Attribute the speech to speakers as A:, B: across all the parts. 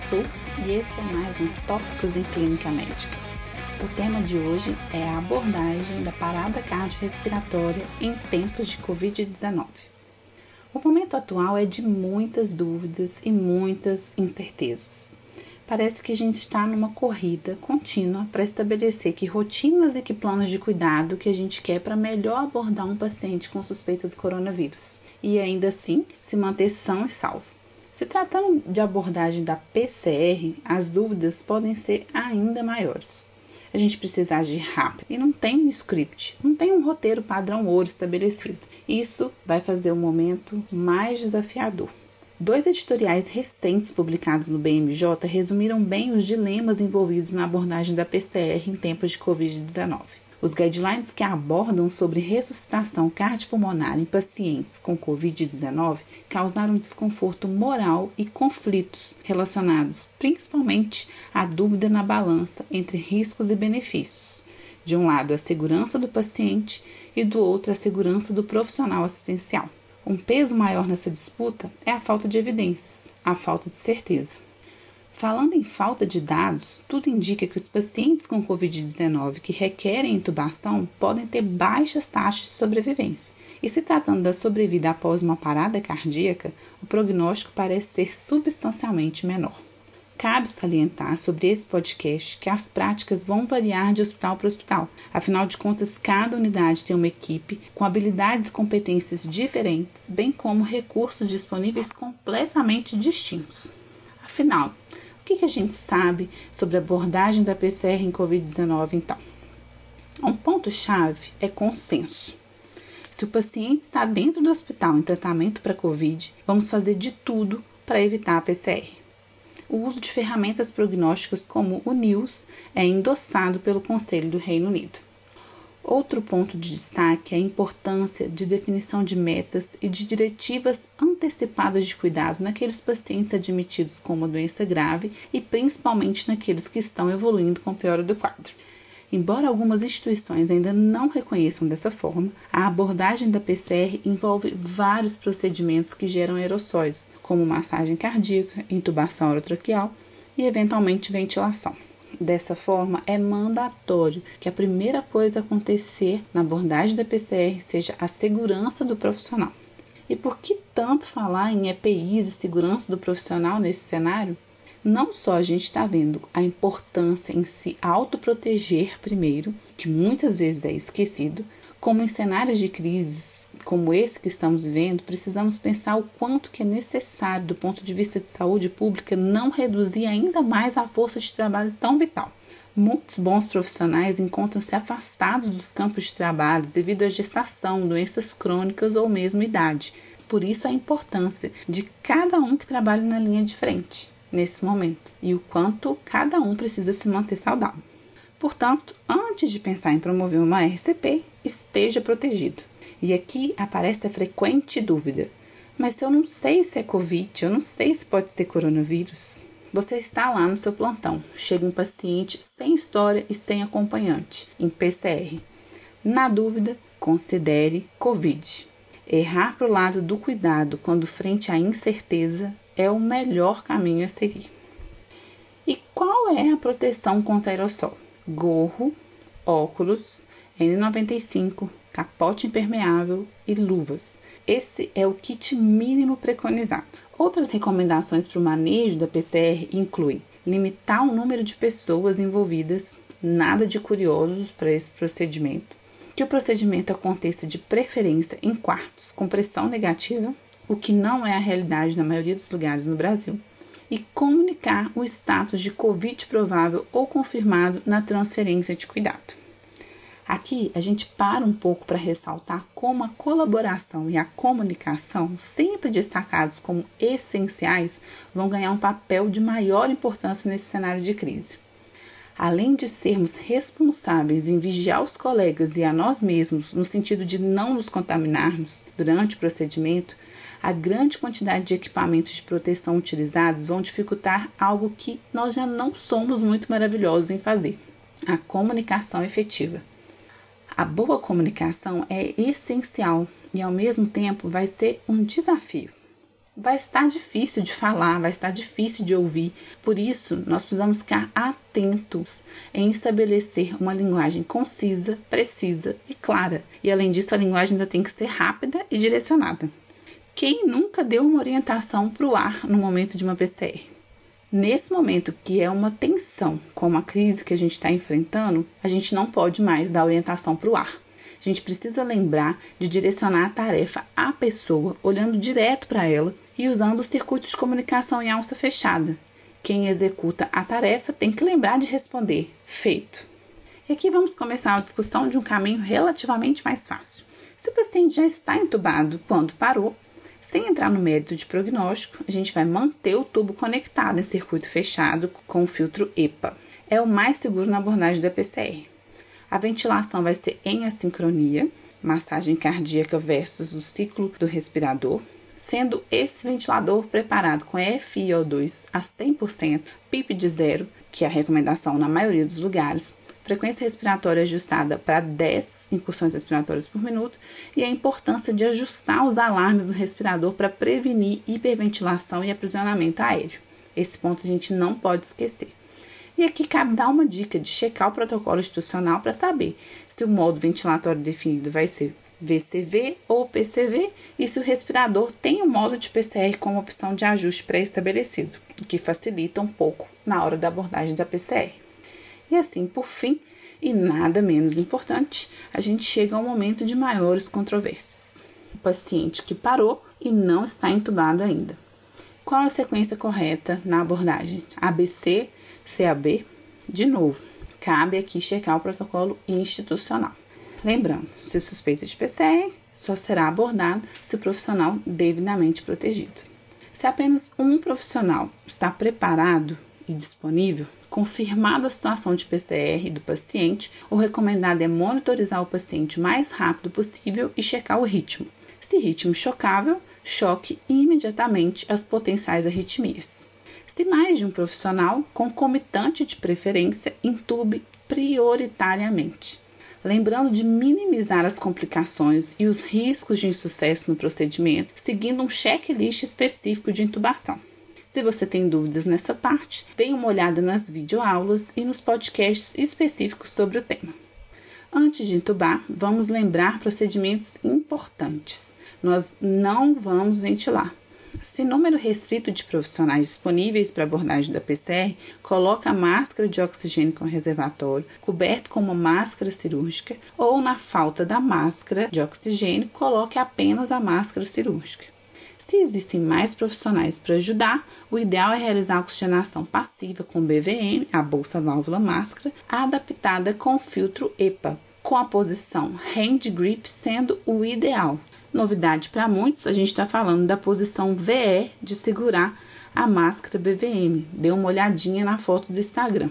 A: Su e esse é mais um Tópicos em Clínica Médica. O tema de hoje é a abordagem da parada cardiorrespiratória em tempos de Covid-19. O momento atual é de muitas dúvidas e muitas incertezas. Parece que a gente está numa corrida contínua para estabelecer que rotinas e que planos de cuidado que a gente quer para melhor abordar um paciente com suspeita do coronavírus e ainda assim se manter são e salvo. Se tratando de abordagem da PCR, as dúvidas podem ser ainda maiores. A gente precisa agir rápido e não tem um script, não tem um roteiro padrão ouro estabelecido. Isso vai fazer o momento mais desafiador. 2 editoriais recentes publicados no BMJ resumiram bem os dilemas envolvidos na abordagem da PCR em tempos de Covid-19. Os guidelines que abordam sobre ressuscitação cardiopulmonar em pacientes com Covid-19 causaram desconforto moral e conflitos relacionados principalmente à dúvida na balança entre riscos e benefícios. De um lado, a segurança do paciente e do outro, a segurança do profissional assistencial. Um peso maior nessa disputa é a falta de evidências, a falta de certeza. Falando em falta de dados, tudo indica que os pacientes com Covid-19 que requerem intubação podem ter baixas taxas de sobrevivência. E se tratando da sobrevida após uma parada cardíaca, o prognóstico parece ser substancialmente menor. Cabe salientar sobre esse podcast que as práticas vão variar de hospital para hospital. Afinal de contas, cada unidade tem uma equipe com habilidades e competências diferentes, bem como recursos disponíveis completamente distintos. Afinal, o que a gente sabe sobre a abordagem da PCR em Covid-19 então? Um ponto-chave é consenso. Se o paciente está dentro do hospital em tratamento para Covid, vamos fazer de tudo para evitar a PCR. O uso de ferramentas prognósticas como o NILS é endossado pelo Conselho do Reino Unido. Outro ponto de destaque é a importância de definição de metas e de diretivas antecipadas de cuidado naqueles pacientes admitidos com uma doença grave e principalmente naqueles que estão evoluindo com piora do quadro. Embora algumas instituições ainda não reconheçam dessa forma, a abordagem da PCR envolve vários procedimentos que geram aerossóis, como massagem cardíaca, intubação orotraqueal e, eventualmente, ventilação. Dessa forma, é mandatório que a primeira coisa a acontecer na abordagem da PCR seja a segurança do profissional. E por que tanto falar em EPIs e segurança do profissional nesse cenário? Não só a gente está vendo a importância em se autoproteger primeiro, que muitas vezes é esquecido, como em cenários de crises como esse que estamos vivendo, precisamos pensar o quanto que é necessário, do ponto de vista de saúde pública, não reduzir ainda mais a força de trabalho tão vital. Muitos bons profissionais encontram-se afastados dos campos de trabalho devido à gestação, doenças crônicas ou mesmo idade. Por isso a importância de cada um que trabalha na linha de frente nesse momento e o quanto cada um precisa se manter saudável. Portanto, antes de pensar em promover uma RCP, esteja protegido. E aqui aparece a frequente dúvida: mas se eu não sei se é Covid, eu não sei se pode ser coronavírus? Você está lá no seu plantão, chega um paciente sem história e sem acompanhante, em PCR. Na dúvida, considere Covid. Errar para o lado do cuidado quando frente à incerteza é o melhor caminho a seguir. E qual é a proteção contra aerossol? Gorro, óculos, N95, capote impermeável e luvas. Esse é o kit mínimo preconizado. Outras recomendações para o manejo da PCR incluem limitar o número de pessoas envolvidas, nada de curiosos para esse procedimento, que o procedimento aconteça de preferência em quartos com pressão negativa, o que não é a realidade na maioria dos lugares no Brasil, e comunicar o status de Covid provável ou confirmado na transferência de cuidado. Aqui a gente para um pouco para ressaltar como a colaboração e a comunicação, sempre destacados como essenciais, vão ganhar um papel de maior importância nesse cenário de crise. Além de sermos responsáveis em vigiar os colegas e a nós mesmos, no sentido de não nos contaminarmos durante o procedimento, a grande quantidade de equipamentos de proteção utilizados vão dificultar algo que nós já não somos muito maravilhosos em fazer: a comunicação efetiva. A boa comunicação é essencial e, ao mesmo tempo, vai ser um desafio. vai estar difícil de falar, vai estar difícil de ouvir. Por isso, nós precisamos ficar atentos em estabelecer uma linguagem concisa, precisa e clara. E além disso, a linguagem ainda tem que ser rápida e direcionada. Quem nunca deu uma orientação para o ar no momento de uma PCR? Nesse momento que é uma tensão, como a crise que a gente está enfrentando, a gente não pode mais dar orientação para o ar. A gente precisa lembrar de direcionar a tarefa à pessoa, olhando direto para ela e usando os circuitos de comunicação em alça fechada. Quem executa a tarefa tem que lembrar de responder feito. E aqui vamos começar a discussão de um caminho relativamente mais fácil. Se o paciente já está entubado quando parou, sem entrar no mérito de prognóstico, a gente vai manter o tubo conectado em circuito fechado com o filtro EPA. É o mais seguro na abordagem da PCR. A ventilação vai ser em assincronia, massagem cardíaca versus o ciclo do respirador, sendo esse ventilador preparado com FiO2 a 100%, PIP de 0, que é a recomendação na maioria dos lugares, frequência respiratória ajustada para 10 incursões respiratórias por minuto e a importância de ajustar os alarmes do respirador para prevenir hiperventilação e aprisionamento aéreo. Esse ponto a gente não pode esquecer. E aqui cabe dar uma dica de checar o protocolo institucional para saber se o modo ventilatório definido vai ser VCV ou PCV e se o respirador tem um modo de PCR como opção de ajuste pré-estabelecido, o que facilita um pouco na hora da abordagem da PCR. E assim, por fim, e nada menos importante, a gente chega ao momento de maiores controvérsias. O paciente que parou e não está entubado ainda. Qual a sequência correta na abordagem? ABC, CAB? De novo, cabe aqui checar o protocolo institucional. Lembrando, se suspeita de PCR, só será abordado se o profissional devidamente protegido. Se apenas um profissional está preparado e disponível, confirmada a situação de PCR do paciente, o recomendado é monitorizar o paciente o mais rápido possível e checar o ritmo. Se ritmo chocável, choque imediatamente as potenciais arritmias. Se mais de um profissional, concomitante de preferência, intube prioritariamente. Lembrando de minimizar as complicações e os riscos de insucesso no procedimento, seguindo um checklist específico de intubação. Se você tem dúvidas nessa parte, dê uma olhada nas videoaulas e nos podcasts específicos sobre o tema. Antes de intubar, vamos lembrar procedimentos importantes. Nós não vamos ventilar. Se número restrito de profissionais disponíveis para abordagem da PCR, coloque a máscara de oxigênio com reservatório, coberto com uma máscara cirúrgica, ou na falta da máscara de oxigênio, coloque apenas a máscara cirúrgica. Se existem mais profissionais para ajudar, o ideal é realizar a oxigenação passiva com BVM, a bolsa válvula máscara, adaptada com filtro EPA, com a posição hand grip sendo o ideal. Novidade para muitos, a gente está falando da posição VE de segurar a máscara BVM. Dê uma olhadinha na foto do Instagram.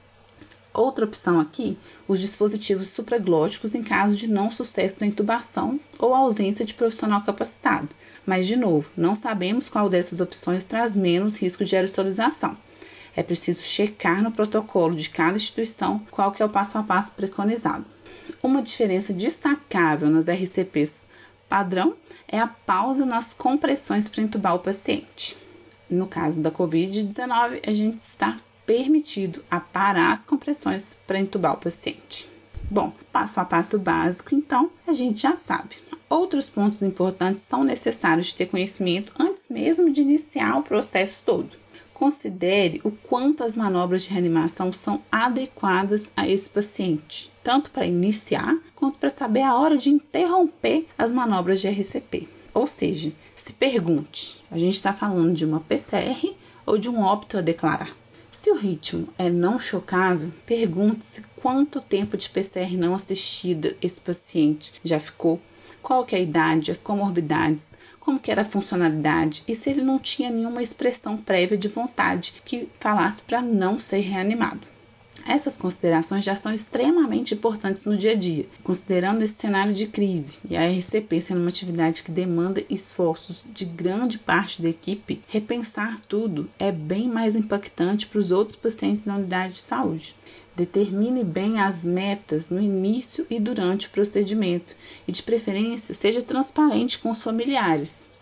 A: Outra opção aqui, os dispositivos supraglóticos em caso de não sucesso da intubação ou ausência de profissional capacitado. Mas, de novo, não sabemos qual dessas opções traz menos risco de aerosolização. É preciso checar no protocolo de cada instituição qual que é o passo a passo preconizado. Uma diferença destacável nas RCPs padrão é a pausa nas compressões para intubar o paciente. No caso da Covid-19, a gente está permitido a parar as compressões para intubar o paciente. Bom, passo a passo básico, então, a gente já sabe. Outros pontos importantes são necessários de ter conhecimento antes mesmo de iniciar o processo todo. Considere o quanto as manobras de reanimação são adequadas a esse paciente, tanto para iniciar quanto para saber a hora de interromper as manobras de RCP. Ou seja, se pergunte, a gente está falando de uma PCR ou de um óbito a declarar? Se o ritmo é não chocável, pergunte-se quanto tempo de PCR não assistida esse paciente já ficou, qual que é a idade, as comorbidades, como que era a funcionalidade e se ele não tinha nenhuma expressão prévia de vontade que falasse para não ser reanimado. Essas considerações já são extremamente importantes no dia a dia, considerando esse cenário de crise e a RCP sendo uma atividade que demanda esforços de grande parte da equipe, repensar tudo é bem mais impactante para os outros pacientes da unidade de saúde. Determine bem as metas no início e durante o procedimento e, de preferência, seja transparente com os familiares.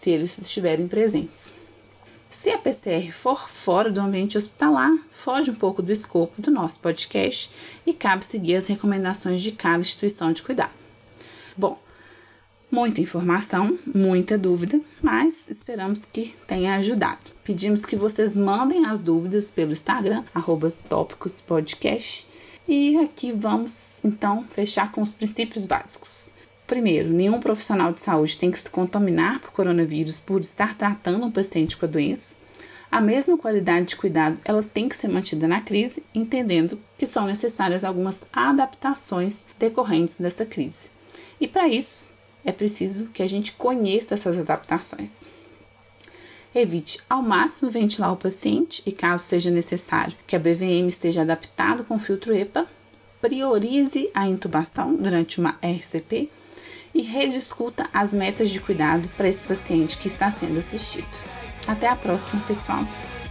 A: se eles estiverem presentes. Se a PCR for fora do ambiente hospitalar, foge um pouco do escopo do nosso podcast e cabe seguir as recomendações de cada instituição de cuidado. Bom, muita informação, muita dúvida, mas esperamos que tenha ajudado. Pedimos que vocês mandem as dúvidas pelo Instagram, @tópicospodcast, e aqui vamos então fechar com os princípios básicos. Primeiro, nenhum profissional de saúde tem que se contaminar por coronavírus por estar tratando um paciente com a doença. A mesma qualidade de cuidado ela tem que ser mantida na crise, entendendo que são necessárias algumas adaptações decorrentes dessa crise. E para isso, é preciso que a gente conheça essas adaptações. Evite ao máximo ventilar o paciente e, caso seja necessário, que a BVM esteja adaptada com filtro EPA. Priorize a intubação durante uma RCP e rediscuta as metas de cuidado para esse paciente que está sendo assistido. Até a próxima, pessoal!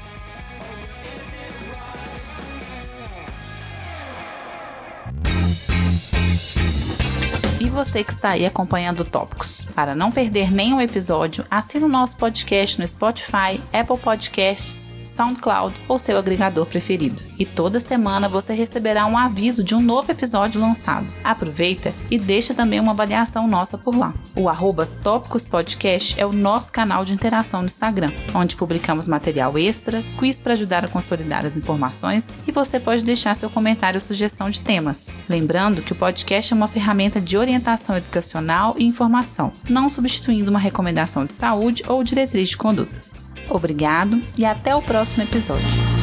A: E você que está aí acompanhando o Tópicos. Para não perder nenhum episódio, assine o nosso podcast no Spotify, Apple Podcasts, SoundCloud ou seu agregador preferido. E toda semana você receberá um aviso de um novo episódio lançado. Aproveita e deixa também uma avaliação nossa por lá. O @tópicospodcast é o nosso canal de interação no Instagram, onde publicamos material extra, quiz para ajudar a consolidar as informações e você pode deixar seu comentário ou sugestão de temas. Lembrando que o podcast é uma ferramenta de orientação educacional e informação, não substituindo uma recomendação de saúde ou diretriz de condutas. Obrigado e até o próximo episódio.